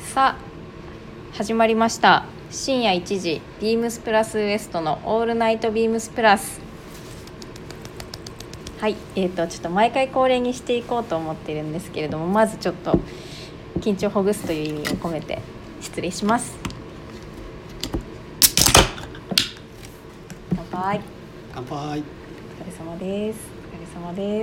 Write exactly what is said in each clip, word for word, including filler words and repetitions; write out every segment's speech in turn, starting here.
さあ始まりました。深夜いちじビームスプラスウエストのオールナイトビームスプラス。はい、えーとちょっと毎回恒例にしていこうと思っているんですけれども、まずちょっと緊張をほぐすという意味を込めて失礼します。乾杯。 乾杯。 お疲れ様です。お疲れ様です。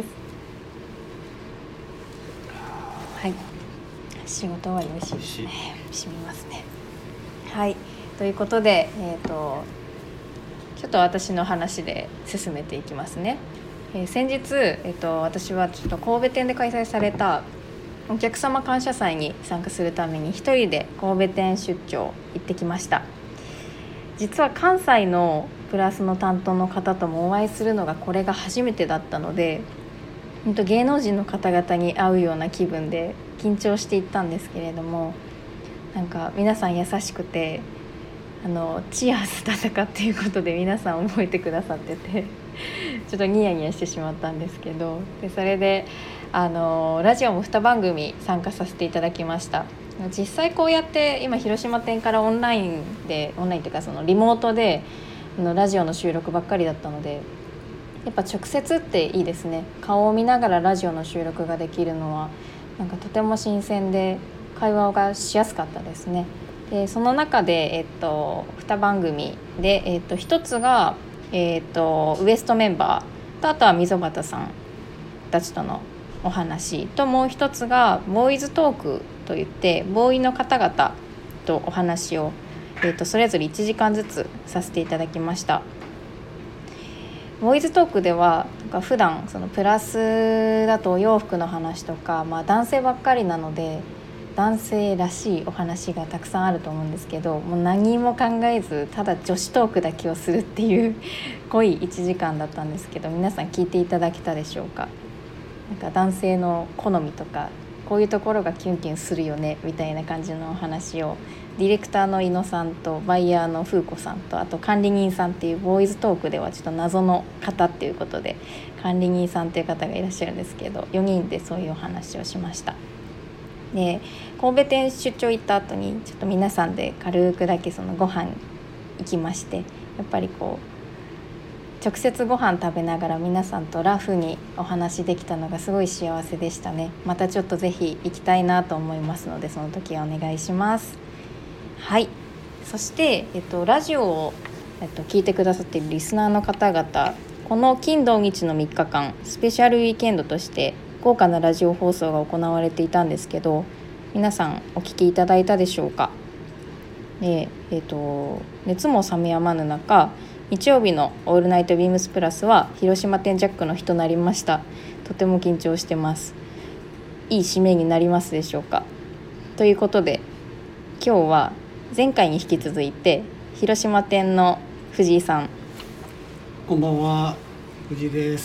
はい、仕事終わり美味しいですね。染みますね。はい、ということで、えーとちょっと私の話で進めていきますね。えー、先日、えーと私はちょっと神戸店で開催されたお客様感謝祭に参加するために一人で神戸店出張行ってきました。実は関西のプラスの担当の方ともお会いするのがこれが初めてだったので、本当芸能人の方々に会うような気分で緊張していったんですけれども、なんか皆さん優しくて、あのチアーズ戦っていうことで皆さん覚えてくださっててちょっとニヤニヤしてしまったんですけど、でそれであのラジオもに番組参加させていただきました。実際こうやって今広島店からオンラインでオンラインというかそのリモートでのラジオの収録ばっかりだったので、やっぱ直接っていいですね。顔を見ながらラジオの収録ができるのはなんかとても新鮮で会話がしやすかったですね。でその中で、えっと、に番組で、えっと、ひとつが、えっと、ウエストメンバーと、あとは溝端さんたちとのお話と、もう一つがボーイズトークといってボーイの方々とお話を、えっと、それぞれいちじかんずつさせていただきました。ボーイズトークではなんか普段そのプラスだとお洋服の話とか、まあ、男性ばっかりなので男性らしいお話がたくさんあると思うんですけど、もう何も考えずただ女子トークだけをするっていう濃いいちじかんだったんですけど、皆さん聞いていただけたでしょうか。なんか男性の好みとかこういうところがキュンキュンするよねみたいな感じのお話をディレクターの井野さんとバイヤーの風子さんと、あと管理人さんっていうボーイズトークではちょっと謎の方っていうことで管理人さんっていう方がいらっしゃるんですけど、よにんでそういうお話をしました。で神戸店出張行った後にちょっと皆さんで軽くだけそのご飯行きまして、やっぱりこう直接ご飯食べながら皆さんとラフにお話できたのがすごい幸せでしたね。またちょっとぜひ行きたいなと思いますので、その時はお願いします。はい、そして、えっと、ラジオを、えっと、聞いてくださっているリスナーの方々、この金土日のみっかかんスペシャルウィーケンドとして豪華なラジオ放送が行われていたんですけど、皆さんお聞きいただいたでしょうか。で、えっと、熱も冷めやまぬ中、日曜日のオールナイトビームスプラスは広島店ジャックの日となりました。とても緊張してます。いい締めになりますでしょうか。ということで今日は前回に引き続いて広島店の藤井さん。 こんばんは、藤井です。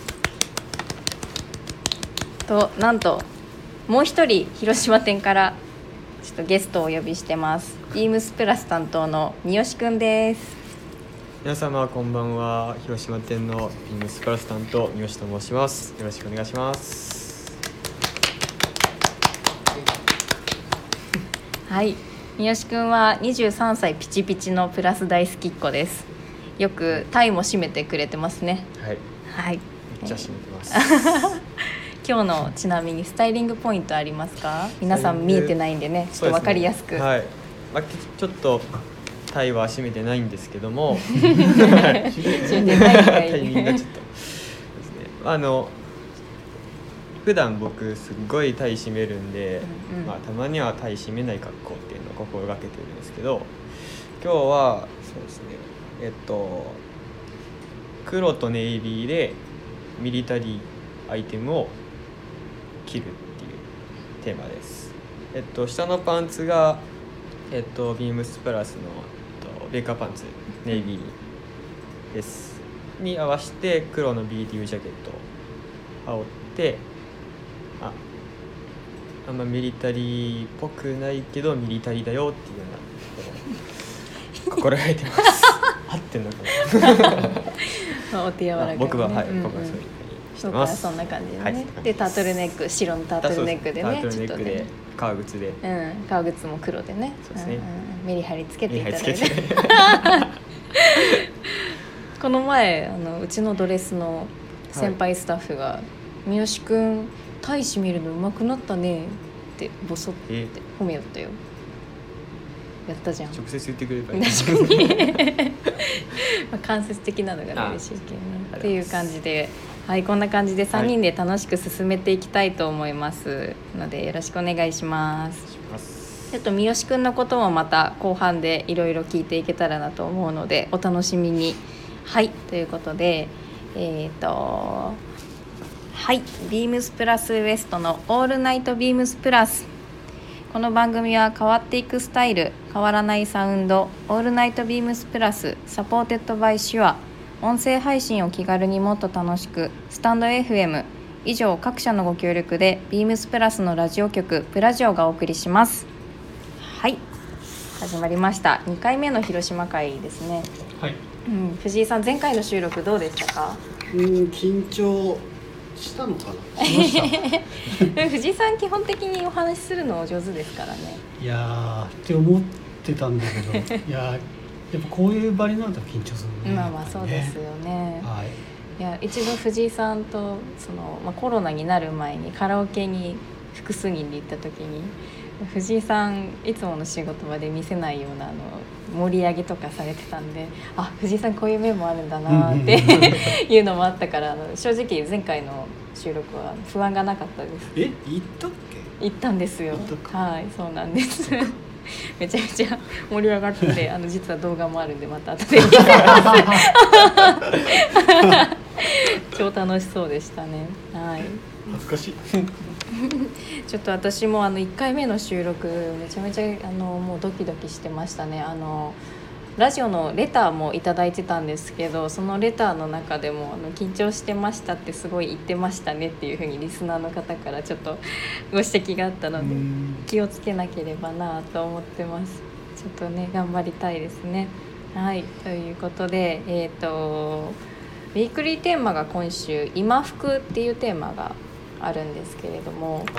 となんともう一人広島店からちょっとゲストをお呼びしてます。ビームスプラス担当の三好くんです。 皆様こんばんは。広島店のビームスプラス担当三好と申します。よろしくお願いします。 はい、三好くんはにじゅうさんさいピチピチのプラス大好きっ子です。よくタイも締めてくれてますね。 はい、 はい、 めっちゃ締めてます今日のちなみにスタイリングポイントありますか？皆さん見えてないんでね、ちょっと分かりやすく。 はい、まあ、ちょっとタイは締めてないんですけども締めてないタイミングがちょっとですね、あの普段僕すっごいタイ締めるんで、うんうん、まあ、たまにはタイ締めない格好っていうのを心がけてるんですけど、今日はそうですね、えっと黒とネイビーでミリタリーアイテムを着るっていうテーマです。えっと下のパンツがえっとビームスプラスの、えっと、ベーカーパンツネイビーですに合わせて黒の ビーティーユー ジャケットを羽織って、ああんまミリタリーっぽくないけどミリタリーだよっていうような心がけてます合ってんのかなまあ、お手柔らかに、ね、 僕ははい、うんうん、僕はそういう風にしてます。 そうか、そんな感じでね、 はい、 でタートルネック、白のタートルネックでね、 タートルネックで革靴で、 うん、革靴も黒でね、 そうですね、 うんうん、メリハリつけていただいてメリハリつけてこの前あのうちのドレスの先輩スタッフが「三好くんタイ締めるの上手くなったね」ってボソって褒めよったよ。やったじゃん。 直接言ってくれればいい。 確かにまあ間接的なのが嬉しいけどねっていう感じで、はい、こんな感じでさんにんで楽しく進めていきたいと思いますので、よろしくお願いします。ちょっと三好くんのこともまた後半でいろいろ聞いていけたらなと思うのでお楽しみに。はい、ということでえっ、ー、とはいビームスプラスウエストのオールナイトビームスプラス。この番組は変わっていくスタイル、変わらないサウンド、オールナイトビームスプラス、サポーテッドバイシュア、音声配信を気軽にもっと楽しく、スタンド エフエム、以上各社のご協力でビームスプラスのラジオ局、プラジオがお送りします。はい、始まりました。にかいめの広島会ですね。 はい、 うん、藤井さん、前回の収録どうでしたか？ うん、緊張したのかな。しました藤井さん基本的にお話しするのお上手ですからね。 いやーって思ってたんだけどいやーやっぱこういう場になると緊張するね。 まあまあそうですよね。 はい、 いや一度藤井さんとその、まあ、コロナになる前にカラオケに複数人で行った時に藤井さんいつもの仕事場で見せないようなあの盛り上げとかされてたんで、あ、藤井さんこういう面もあるんだなっていうのもあったからあの正直前回の収録は不安がなかったです。 え、行ったっけ？ 行ったんですよ。 行ったか。 はい、そうなんですめちゃめちゃ盛り上がっててあの実は動画もあるんでまた後で見てます超楽しそうでしたね。はい、 恥ずかしいちょっと私もあのいっかいめの収録めちゃめちゃあのもうドキドキしてましたね。あのラジオのレターもいただいてたんですけど、そのレターの中でもあの緊張してましたってすごい言ってましたねっていう風にリスナーの方からちょっとご指摘があったので気をつけなければなと思ってます。ちょっとね頑張りたいですね。はい、ということでえっとウィークリーテーマが今週今服っていうテーマがあるんですけれども、はい、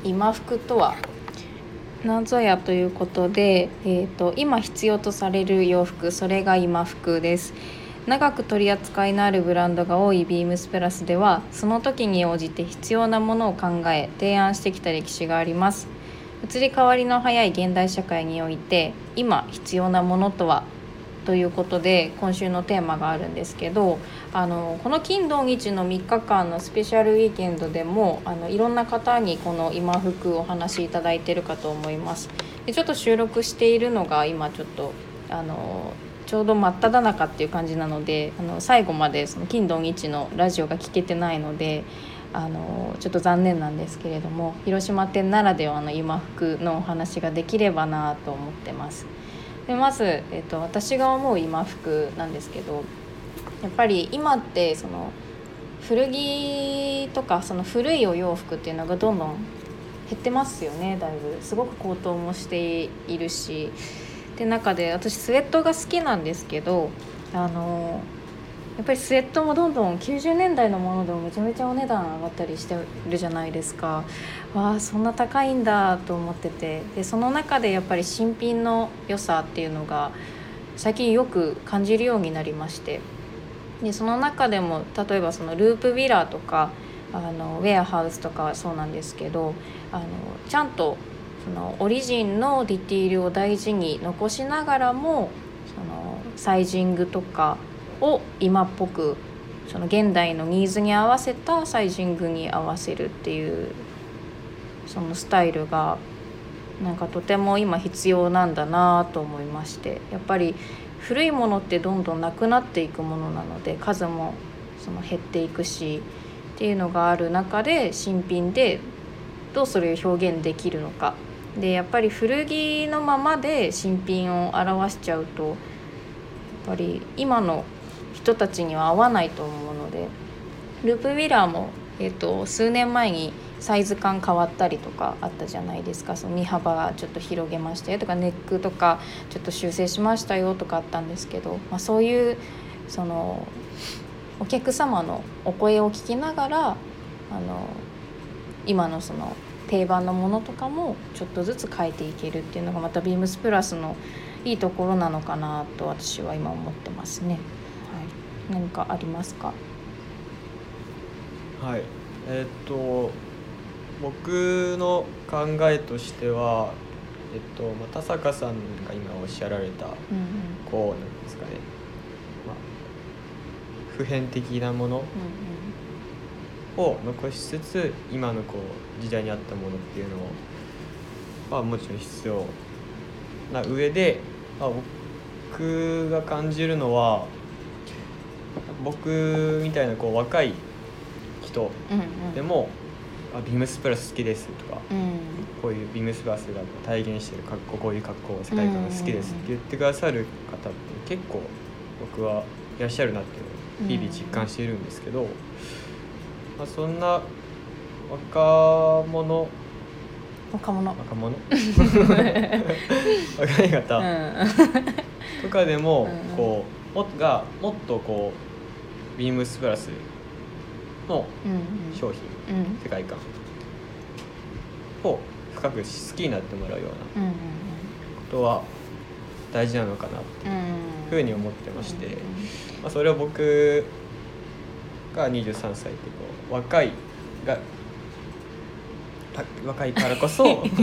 今服とは何ぞやということで、えーと、今必要とされる洋服、それが今服です。長く取り扱いのあるブランドが多いビームスプラスではその時に応じて必要なものを考え提案してきた歴史があります。移り変わりの早い現代社会において今必要なものとはということで今週のテーマがあるんですけど、あのこの金土日のみっかかんのスペシャルウィーケンドでもあのいろんな方にこの今服をお話しいただいているかと思います。でちょっと収録しているのが今ちょっとあのちょうど真っ只中っていう感じなのであの最後までその金土日のラジオが聞けてないのであのちょっと残念なんですけれども、広島店ならではの今服のお話ができればなと思ってます。でまず、えっと、私が思う今服なんですけど、やっぱり今ってその古着とかその古いお洋服っていうのがどんどん減ってますよね。だいぶすごく高騰もしているし、で中で私スウェットが好きなんですけど、あのやっぱりスウェットもどんどんきゅうじゅうねんだいのものでもめちゃめちゃお値段上がったりしてるじゃないですか。わあそんな高いんだと思ってて、でその中でやっぱり新品の良さっていうのが最近よく感じるようになりまして、でその中でも例えばそのループヴィラーとかあのウェアハウスとかはそうなんですけど、あのちゃんとそのオリジンのディティールを大事に残しながらもそのサイジングとかを今っぽくその現代のニーズに合わせたサイジングに合わせるっていうそのスタイルがなんかとても今必要なんだなと思いまして、やっぱり古いものってどんどんなくなっていくものなので数もその減っていくしっていうのがある中で新品でどうそれを表現できるのかで、やっぱり古着のままで新品を表しちゃうとやっぱり今の人たちには合わないと思うので、ループヴィラーも、えーと、数年前にサイズ感変わったりとかあったじゃないですか。その身幅ちょっと広げましたよとかネックとかちょっと修正しましたよとかあったんですけど、まあ、そういうそのお客様のお声を聞きながらあの今のその定番のものとかもちょっとずつ変えていけるっていうのがまたビームスプラスのいいところなのかなと私は今思ってますね。はい、何かありますか？ はい、えーっと僕の考えとしては、えっとまあ、田坂さんが今おっしゃられた、 うんこうなんですかね、まあ、普遍的なものうんを残しつつ今のこう時代に合ったものっていうのはもちろん必要な上で、まあ、僕が感じるのは僕みたいなこう若い人うんうんでも、あビームスプラス好きですとか、 うんこういうビームスプラスが体現している格好こういう格好世界観が好きですって言ってくださる方って結構僕はいらっしゃるなっていうのを日々実感しているんですけど、まあ、そんな若者若者若者若い方うんとかでもうんこうもっとがもっとこうビームスプラスのうん商品、 うん世界観を深く好きになってもらうようなうんことは大事なのかなってうんいうふうに思ってまして、 うんまあ、それは僕がにじゅうさんさいってこう若いがた若いからこそうんうん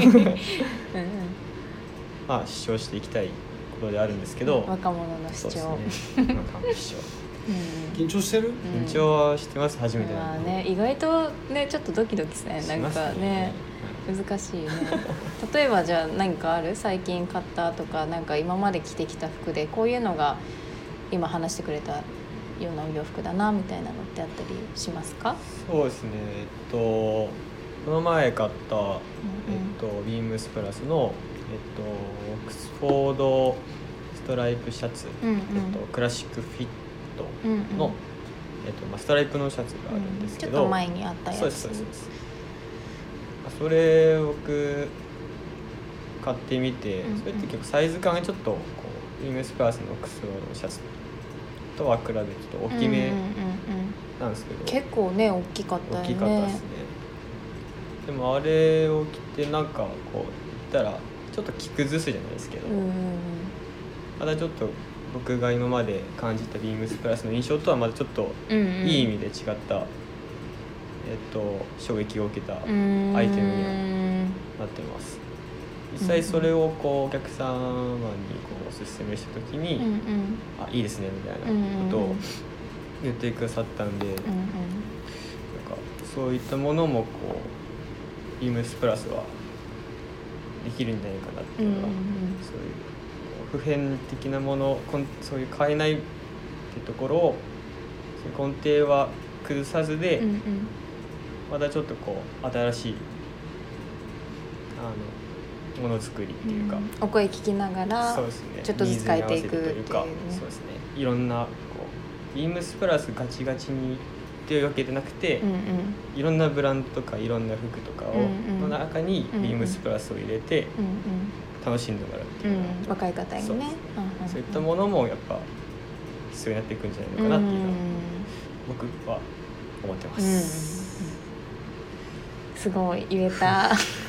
まあ主張していきたいことであるんですけど、 若者の主張そうですね、若者主張緊張してる？ うん緊張はしてます、初めてまあなんで、 ね、意外とねちょっとドキドキするね、なんかね難しいね。例えばじゃあ何かある？最近買ったとか、なんか今まで着てきた服でこういうのが今話してくれたようなお洋服だなみたいなのってあったりしますか？ そうですね、えっとこの前買った、 うんうんえっと、ビームスプラスの、えっと、オックスフォードストライプシャツ、 うんうんえっと、クラシックフィットうんうんの、えっとまあ、ストライプのシャツがあるんですけど、 ちょっと前にあったやつ。 そうですそうですそうです。それ僕買ってみて、 うんうんそれって結構サイズ感がちょっとこうビームスプラスのオックスフォードのシャツとは比べてちょっと大きめうんうんうんうんなんですけど、 結構ね大きかったよね。 大きかったですね。でもあれを着てなんかこう言ったらちょっと着崩すじゃないですけど、 うんうんまだちょっと僕が今まで感じたビームスプラスの印象とはまだちょっとうんうんうんいい意味で違った、えっと、衝撃を受けたアイテムにはなってます。実際それをこうお客様にこうおすすめした時に、 うんうんあいいですねみたいなことを言ってくださったんで、なんかうんうんそういったものもこうビームスプラスはできるんじゃないかなっていうのが、 うんうんうんそういう普遍的なものこんそういう買えないっていうところをそういう根底は崩さずで、 うんうんまたちょっとこう新しいあのものづくりっていうか、 うんお声聞きながらそうですね、 ちょっとずつ変えていくっていうねニーズに合わせてというかそうですね、いろんなこうビームスプラスガチガチにっていうわけじゃなくて、 うんうんいろんなブランドとかいろんな服とかを、 うんうんの中にビームスプラスを入れてうん楽しんでもらうってうんいうのが、 うん若い方にねそううんうんそういったものもやっぱ必要になっていくんじゃないのかなっていうのは僕は思ってまうんうんす。 すごい言えた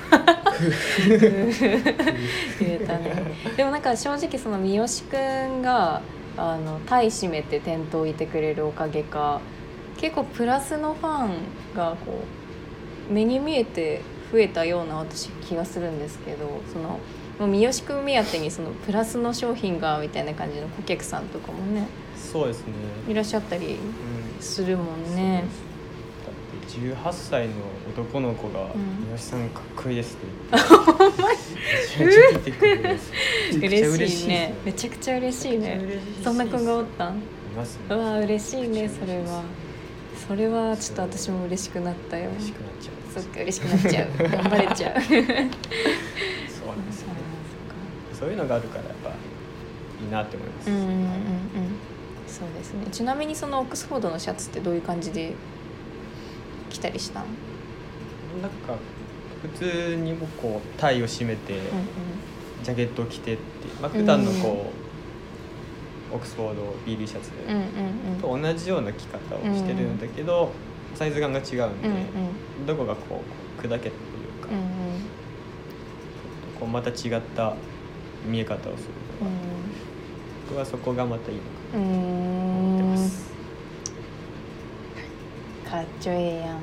言えたね。でもなんか正直その三好くんがあのタイ閉めて店頭いてくれるおかげか結構プラスのファンがこう目に見えて増えたような私気がするんですけど、そのもう三好くん目当てにそのプラスの商品がみたいな感じの顧客さんとかもねそうですね、 いらっしゃったりうん、 するもんね。 だってじゅうはっさいの男の子がん 「三好さんかっこいいです」って言ってめちゃめちゃ聞いてくれるんですよ。めちゃくちゃ嬉しいね。 ですめちゃくちゃ嬉しいね。 めちゃくちゃ嬉しいですそんな子がおったん？ いますね。 うわ嬉しいねそれめちゃくちゃ嬉しいですは。それはちょっと私も嬉しくなったよ。 嬉しくなっちゃう。 そっか嬉しくなっちゃう。頑張れちゃう。 そうなんですよね。そういうのがあるからやっぱいいなって思います。 うんうんうんうん。そうですね。ちなみにそのオックスフォードのシャツってどういう感じで着たりしたの？ なんか普通にもこうタイを締めて、 うんジャケットを着てって、まあ、普段のこう、オックスフォード ビーディー シャツうんうんうんと同じような着方をしてるんだけど、サイズ感が違うんで、 うんうんどこがこう砕けたというか、 うんうんこうまた違った見え方をするのが、僕はそこがまたいいのかうーなと思ってまんす。 かっちょええやん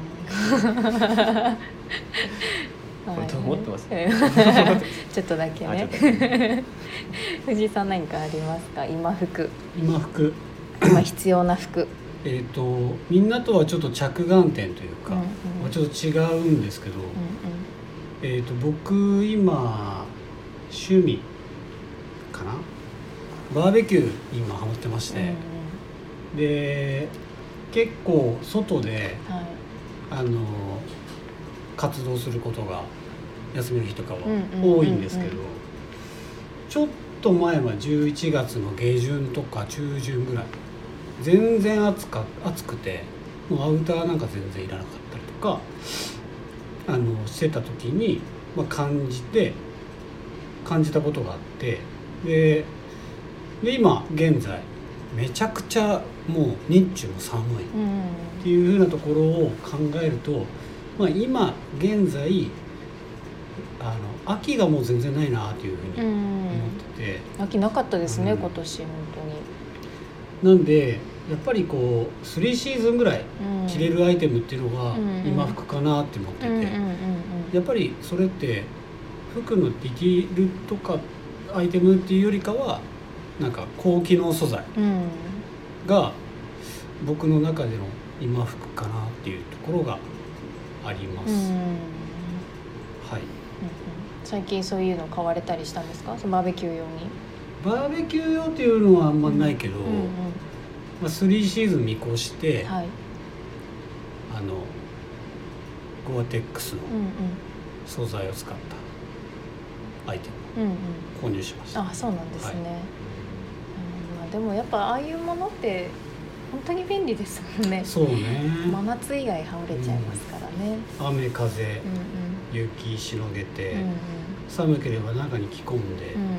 本当思ってますちょっとだけあちょっとだね藤井さん何かありますか？今服今服今必要な服。 えっ、とみんなとはちょっと着眼点というか、 うんうんまあちょっと違うんですけど、 うんえっ、と僕今趣味かな、バーベキュー今ハマってましうんうんて、で結構外でうんはいあの活動することが休みの日とかはうんうんうんうん多いんですけど、ちょっと前はじゅういちがつの下旬とか中旬ぐらい全然暑か暑くてもうアウターなんか全然いらなかったりとかあのしてた時に、まあ、感じて感じたことがあって、でで今現在めちゃくちゃもう日中も寒いうんっていう風なところを考えると、まあ、今現在あの秋がもう全然ないなっていうふうにうん思ってて、 秋なかったですね、 うん今年本なんでやっぱりこうスリーシーズンぐらい当に、うん、 着れるアイテムっていうのがうん今服かなって思ってて、 うんうんうんやっぱりそれって服のディティールとかアイテムっていうよりかはなんか高機能素材うんうんが僕の中での今服かなっていうところがあります、 うんうんうんはい。 最近そういうの買われたりしたんですか？そのバーベキュー用に。 バーベキュー用っていうのはあんまないけど、 うんうんまあ、スリーシーズン見越して、 はいあのゴアテックスのうんうん素材を使ったアイテうんうんムを購入しました。 あ、そうなんですね、 はいうんまあ、でもやっぱああいうものって本当に便利ですもんね。 そうね、 真夏以外羽織れちゃいますからね、 雨風、 うん雪しのげて、 うんうん寒ければ中に着込んで、 うん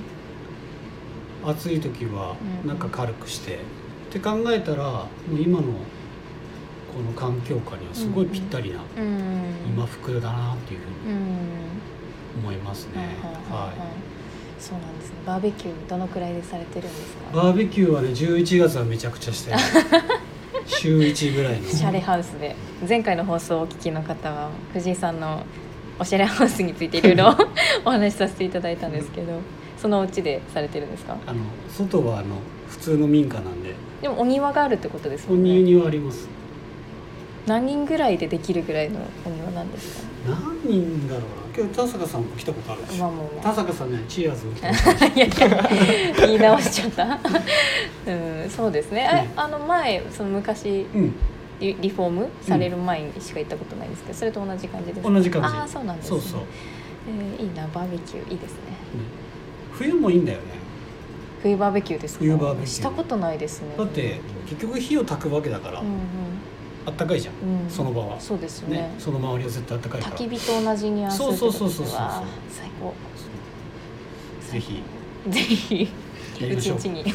暑い時はうん中軽くして、って考えたらもう今のこの環境下にはすごいぴったりなうんうん今服だなっていうふうにうん思いますね、 ははいそうなんですね。バーベキューどのくらいでされてるんですか？ バーベキューはねじゅういちがつはめちゃくちゃしてる週いちぐらいのシャレハウスで。前回の放送をお聞きの方は藤井さんのおしゃれハウスについていろいろお話しさせていただいたんですけど、そのお家でされてるんですか？ あの外はあの普通の民家なんででもお庭があるってことですおもんね。 庭にはあります。 何人ぐらいでできるぐらいのお庭なんですか？ 何人だろうな。今日田坂さんも来たことあるでしょ。 まあもう田坂さんねチアーズも来てましたしいやいや言い直しちゃったうん、そうですね。あれ、 うんあの前その昔うんリリフォームされる前にしか行ったことないんですけど、それと同じ感じですか？ 同じ感じ。 ああ、そうなんですね。 そうそう、 えーいいな、バーベキューいいですね。 冬もいいんだよね。 冬バーベキューですか？ 冬バーベキューしたことないですね。 だって結局火を焚くわけだから、 うんあったかいじゃん、 うんうん、 その場はそうですよね。 ね、その周りは絶対あったかいから焚き火と同じに合わせるってことです。 そうそうそうそうそうわあ最高。 ぜひぜひやりましょう。 うちんちに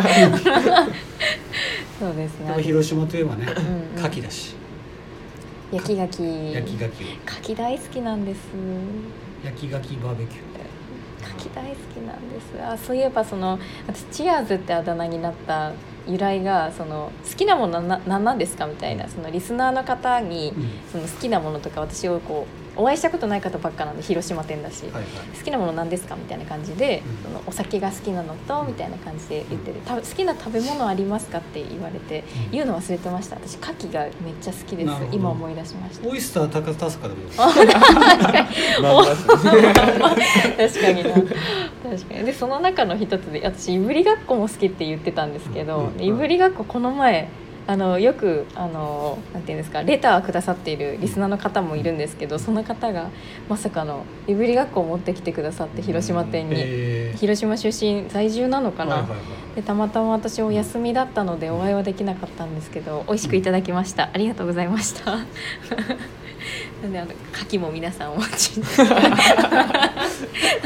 そうですね。 やっぱ広島といえばね、 うんうん牡蠣だし、 焼き牡蠣。 焼き牡蠣を牡蠣大好きなんです。 焼き牡蠣バーベキュー。 牡蠣大好きなんです。あ、そういえばその私チアーズってあだ名になった由来がその好きなものな何なんですかみたいな、そのリスナーの方にうんその好きなものとか、私をこうお会いしたことない方ばっかなんで、広島店だし、 はいはい。 好きなもの何ですかみたいな感じで、 うんそのお酒が好きなのとみたいな感じで言ってて、た好きな食べ物ありますかって言われて、 うん言うの忘れてました。私牡蠣がめっちゃ好きですなるほ。ど今思い出しました。 オイスター高田坂でもいいです。 まあまあ確かにな、確かに。でその中の一つで、私いぶりがっこも好きって言ってたんですけど、 うんうんでいぶりがっここの前あのよくあのなんていうんですか、レターくださっているリスナーの方もいるんですけど、その方がまさかのいぶりがっこを持ってきてくださって、広島店に、 えー広島出身在住なのかな、 はいはいはいでたまたま私お休みだったのでお会いはできなかったんですけど、美味しくいただきました。ありがとうございましたなんであの牡蠣も皆さんお待ちに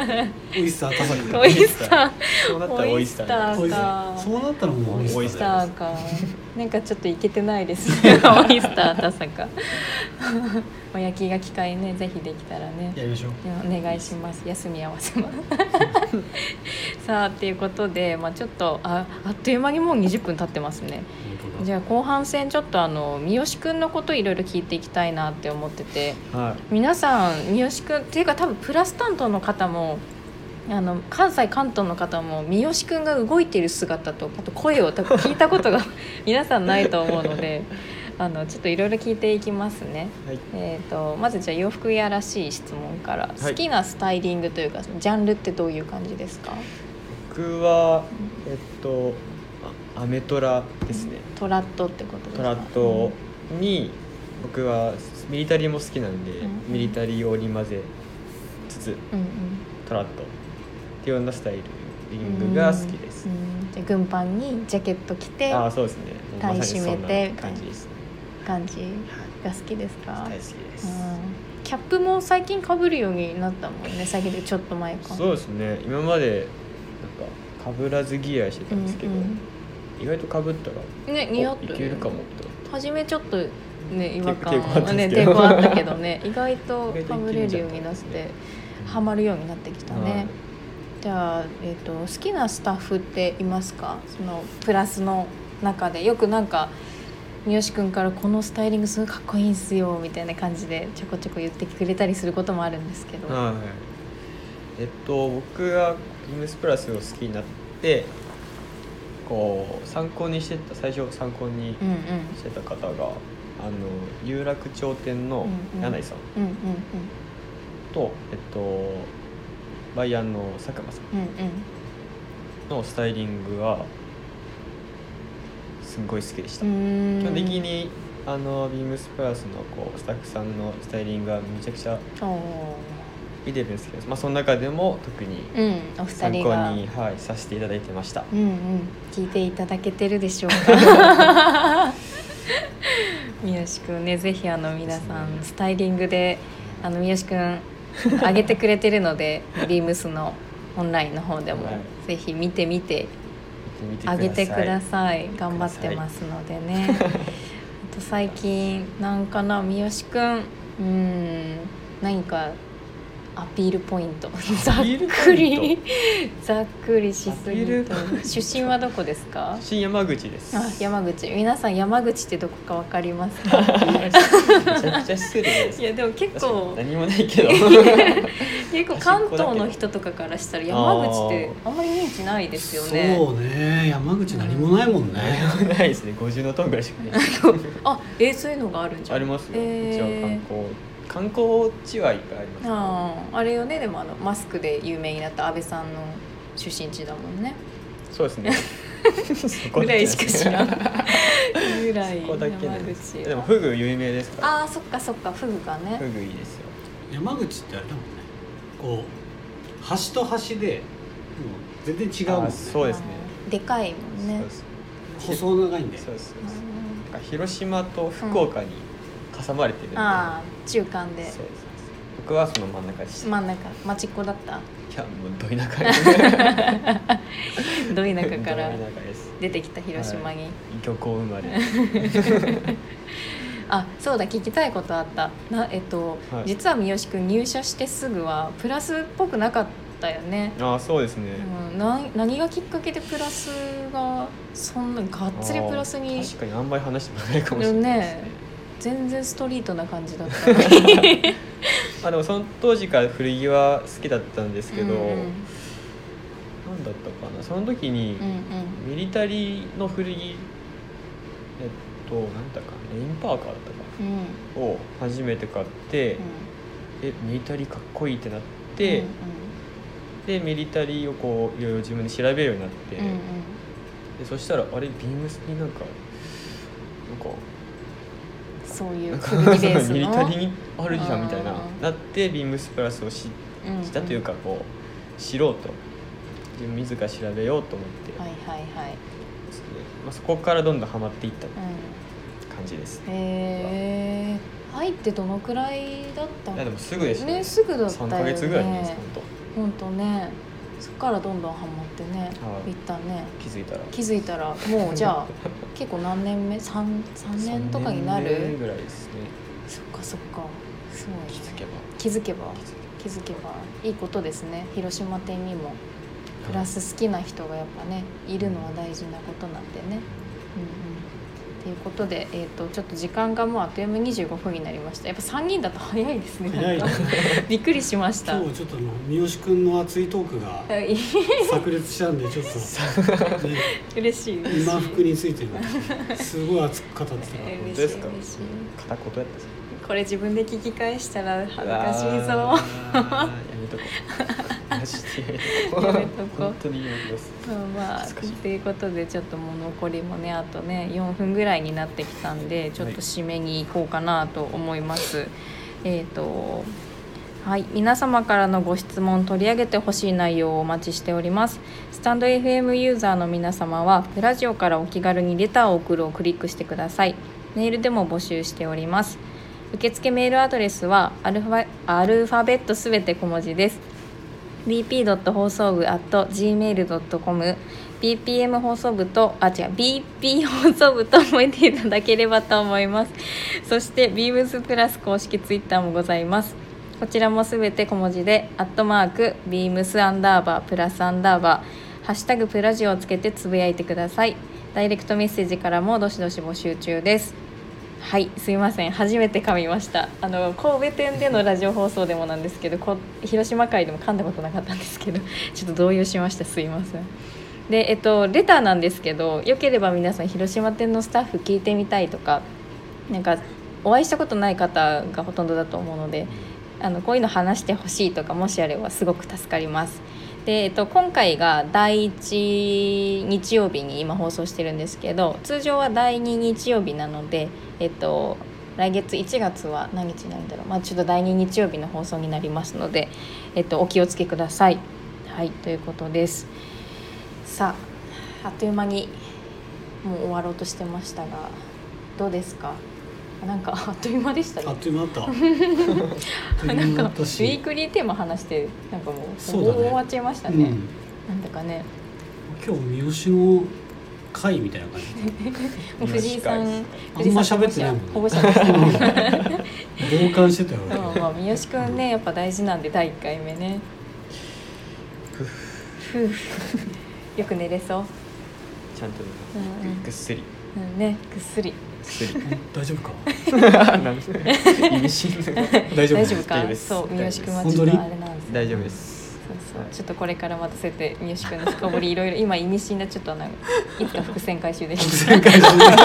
オイスター田坂オイスターそうなったらオイスターオイスターかそうなったらもうオイスターオイスターかなんかちょっといけてないですねオイスター田坂お焼きが機会ねぜひできたらねやりましょう。 お願いします休み合わせますさあっていうことで、まあ、ちょっと あ, あっという間にもうにじゅっぷん経ってますね。じゃあ後半戦ちょっとあの三好くんのこといろいろ聞いていきたいなって思ってて、 は皆さん三好くんっていうか多分プラス担当の方もあの関西関東の方も三好くんが動いている姿とあと声を多分聞いたことが皆さんないと思うのであのちょっといろいろ聞いていきますね。 い、はい、 えー、とまずじゃあ洋服屋らしい質問から、 い好きなスタイリングというかジャンルってどういう感じですか？ 僕はえっとあアメトラですね。 トラットってことですか？ トラットに僕はミリタリーも好きなんで、 うんミリタリーを織り交ぜつつうんうんトラットっていうようなスタイリングが好きです。 うんうんじゃあ軍パンにジャケット着てああそうですね。もうタイまさにそんな締めて感じですね。 感じが好きですか？ 大好きです。 うんキャップも最近被るようになったもんね。最近でちょっと前か。 そうですね。今までなんか被らず着合いしてたんですけど、 うんうん意外と被ったらね似合ってるおいけるかもって思って。 初めちょっとね違和感抵抗あったんねですけど抵抗あったけどね意外と意外と被れるようになってハマるようになってきたね、 はいじゃあ、えー、と好きなスタッフっていますか？そのプラスの中でよくなんか三好くんからこのスタイリングすごいかっこいいんすよみたいな感じでちょこちょこ言ってくれたりすることもあるんですけど、 はい。えっと僕がビームスプラスを好きになってこう参考にしてた最初参考にうんうんしてた方が、あの有楽町店の柳井さんうんうんと、えっとバイヤーの佐久間さうんうんんのスタイリングはすごい好きでした。 うんうーん基本的にあのビームスプラスのこうスタッフさんのスタイリングはめちゃくちゃお見てるんですけど、まあ、その中でも特にーうんお二参考人がに、はい、させていただいてました。 うんうん聞いていただけてるでしょうか三好くんねぜひあの皆さんスタイリングであの三好くん上げてくれてるのでビームスのオンラインの方でも、 はいぜひ見てみて見てみてください。 上げてください頑張ってますのでねあと最近なんかな三好くんうん何かアピールポイントざっピールポくインりざっくりしすぎアピールと出身はどこですか？ 新山口です。 あ山口皆さん山口ってどこかわかりますか？ めちゃくちゃ失礼です。 いやでも結構何もないけど結構関東の人とかからしたら山口ってあんまり認知ないですよね。 そうね山口何もないもんね、 何もないですね。ごじゅうのトンぐらいしかないです。 あえー、そういうのがあるんじゃん。 ありますよ。 えー一応観光観光地はいっぱいありますけど。 あああれよねでもあのマスクで有名になった安倍さんの出身地だもんね。 そうですね。そこぐらいだけですしか知らん。ぐらいそこだけ山なんです。 口。 でもフグ有名ですから。 ああそっかそっかフグがね。 フグいいですよ。 山口ってあれだもんねこう端と端でもう全然違うもんねあそうですね。 あーでかいもんねそうで。す。 細長いんでそうです。そうですうんなんか広島と福岡に挟まれてるんで。 ああ中間でそうです。僕はその真ん中でした。 真ん中町っ子だった。 いやもうど田舎にど田舎からど田舎です。 出てきた広島に。 漁港生まれ。 あそうだ聞きたいことあったなえっと、 はい実は三好くん入社してすぐはプラスっぽくなかったよね。 ああそうですね。 うん、な何がきっかけでプラスがそんながっつりプラスにあー確かにあんまり話してもらえないかもしれないですね。 全然ストリートな感じだったのにあでもその当時から古着は好きだったんですけど、 うんうんなんだったかなその時にうんうんミリタリーの古着えっとなんだかレインパーカーだったかうんを初めて買って、えミリタリーかっこいいってなって、でミリタリーをこういろいろ自分で調べるようになって、 うんうんでそしたらあれビームスになんかなんかそういうなんか古着ベースのミリタリーにあるじゃんみたいなうんなってビームスプラスを知うんうん知ったというかこう知ろうと自分自ら調べようと思ってはいはいはい、 ですね、まあ、そこからどんどんハマっていったう感じですん、へえ入ってどのくらいだったいやでもすぐでしたねすぐだったよねさんかげつぐらいです本ほんとね、そっからどんどんハマってね、 はい行ったね。 気づいたら気づいたらもうじゃあ結構何年目 3, 3年とかになさんねんめる。 ぐらいですね。 そっかそっか、すごいね。 気づけば気づけば気づけばいいことですね。広島店にもプラス好きな人がやっぱねいるのは大事なことなんでね。うんうん。ということで、えー、とちょっと時間がもうあっという間にじゅうごふんになりました。やっぱさんにんだと早いですね。 早いねびっくりしました。 今日ちょっとあの三好くんの熱いトークがはい炸裂したんでちょっと、ね、 嬉しい嬉しい。 今服についてのすごい熱く語ってたからえー本当ですか？ 嬉しい嬉しい。 片言やったんですか？ これ自分で聞き返したら恥ずかしいぞ。 あーやめとこうマジでやめとこうやめとこう本当にやめます。 まあ恥ずかしいということでちょっともう残りもねあとねよんぷんぐらいになってきたんでちょっと締めに行こうかなと思います。えっ、とはい、皆様からのご質問取り上げてほしい内容をお待ちしております。スタンド エフエム ユーザーの皆様はプラジオからお気軽にレターを送るをクリックしてください。メールでも募集しております。受付メールアドレスはアルファ、アルファベットすべて小文字です。ビーピー 放送部 アット ジーメール ドットコム ビーピーエム 放送部とあ違う ビーピー 放送部と覚えていただければと思います。そしてビームスプラス公式ツイッターもございます。こちらもすべて小文字でアットマークビームスアンダーバープラスアンダーバーハッシュタグプラジオをつけてつぶやいてください。ダイレクトメッセージからもどしどし募集中です。はい、すいません、初めて噛みました。あの神戸店でのラジオ放送でもなんですけどこ広島会でも噛んだことなかったんですけどちょっと動揺しました。すいません。で、えっと、レターなんですけどよければ皆さん広島店のスタッフ聞いてみたいとかなんかお会いしたことない方がほとんどだと思うのであのこういうの話してほしいとかもしあればすごく助かります。で、えっと、今回がだいいち日曜日に今放送してるんですけど通常はだいに日曜日なので、えっと、来月いちがつは何日になるんだろう、まあ、ちょっとだいに日曜日の放送になりますので、えっと、お気をつけください。はいということです。さああっという間にもう終わろうとしてましたがどうですか？なんかあっという間でしたね。 あっという間だったあっというなんかウ間だったしィークリーテーマ話してなんかもうそうだね終わっちゃいましたね、 うん、 なんだかね今日三好の会みたいな感じでもう藤井さんあんま喋ってないもんね保護者保護者傍観してたよまあまあ三好くんねやっぱ大事なんでだいいっかいめねふふよく寝れそう。 ちゃんとうんうんぐっすりうんねぐっすりぐっすり大丈夫かなんで意味深大丈夫大丈夫か大丈夫ですそう三好くんは本当にちょっとあれなんですよ大丈夫です。 そうそう、 はいちょっとこれからまたそうやって三好くんの深掘りいろいろ今意味深なちょっとなんかいつか伏線回収できる前回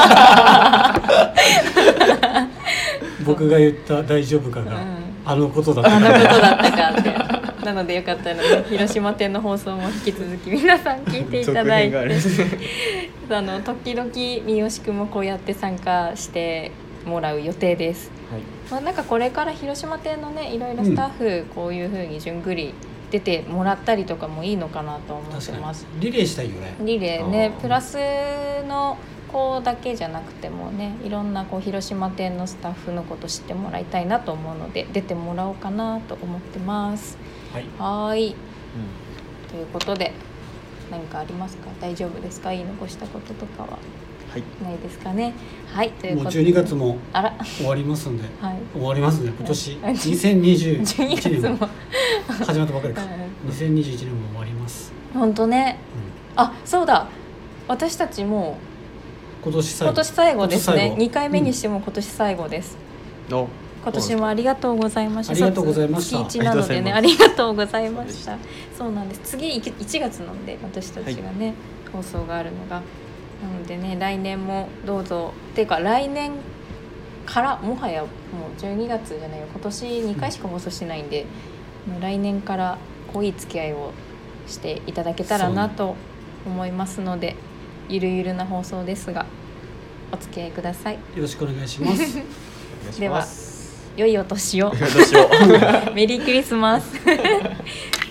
僕が言った大丈夫かが、 うんあのことだったあんなことだったかってなのでよかったら、ね、広島店の放送も引き続き皆さん聞いていただいて続編があるあの時々三好くんもこうやって参加してもらう予定です、 はいまあ、なんかこれから広島店のねいろいろスタッフこういう風に順繰り出てもらったりとかもいいのかなと思って確かます。 にリレーしたいよね。 リレーねあープラスの子だけじゃなくてもねいろんなこう広島店のスタッフのこと知ってもらいたいなと思うので出てもらおうかなと思ってます。 はい。 はーいうんということで何かありますか？大丈夫ですか？言い残したこととかははいないですかね。はいというもうことでじゅうにがつもあら終わりますんで、 はい終わりますね今年はいにせんにじゅういちじゅうにがつねんもも始まったばかりかうんにせんにじゅういちねんも終わります、 本当ねうあそうだ私たちもん、今年最後今年最後ですね今年最後にかいめにしても今年最後です、 お今年もありがとうございました。 ありがとうございました月いちなのでね、あありがとうございました。そうなんです。次いちがつなんで私たちがね、放送があるのが、なのでね来年もどうぞっていうか来年からもはやもうじゅうにがつじゃないよ今年にかいしか放送してないんで、もう来年からこういい付き合いをしていただけたらなと思いますので、ゆるゆるな放送ですがお付き合いください。 よろしくお願いしますお願いしではます。 良いお年を。 どうしようメリークリスマス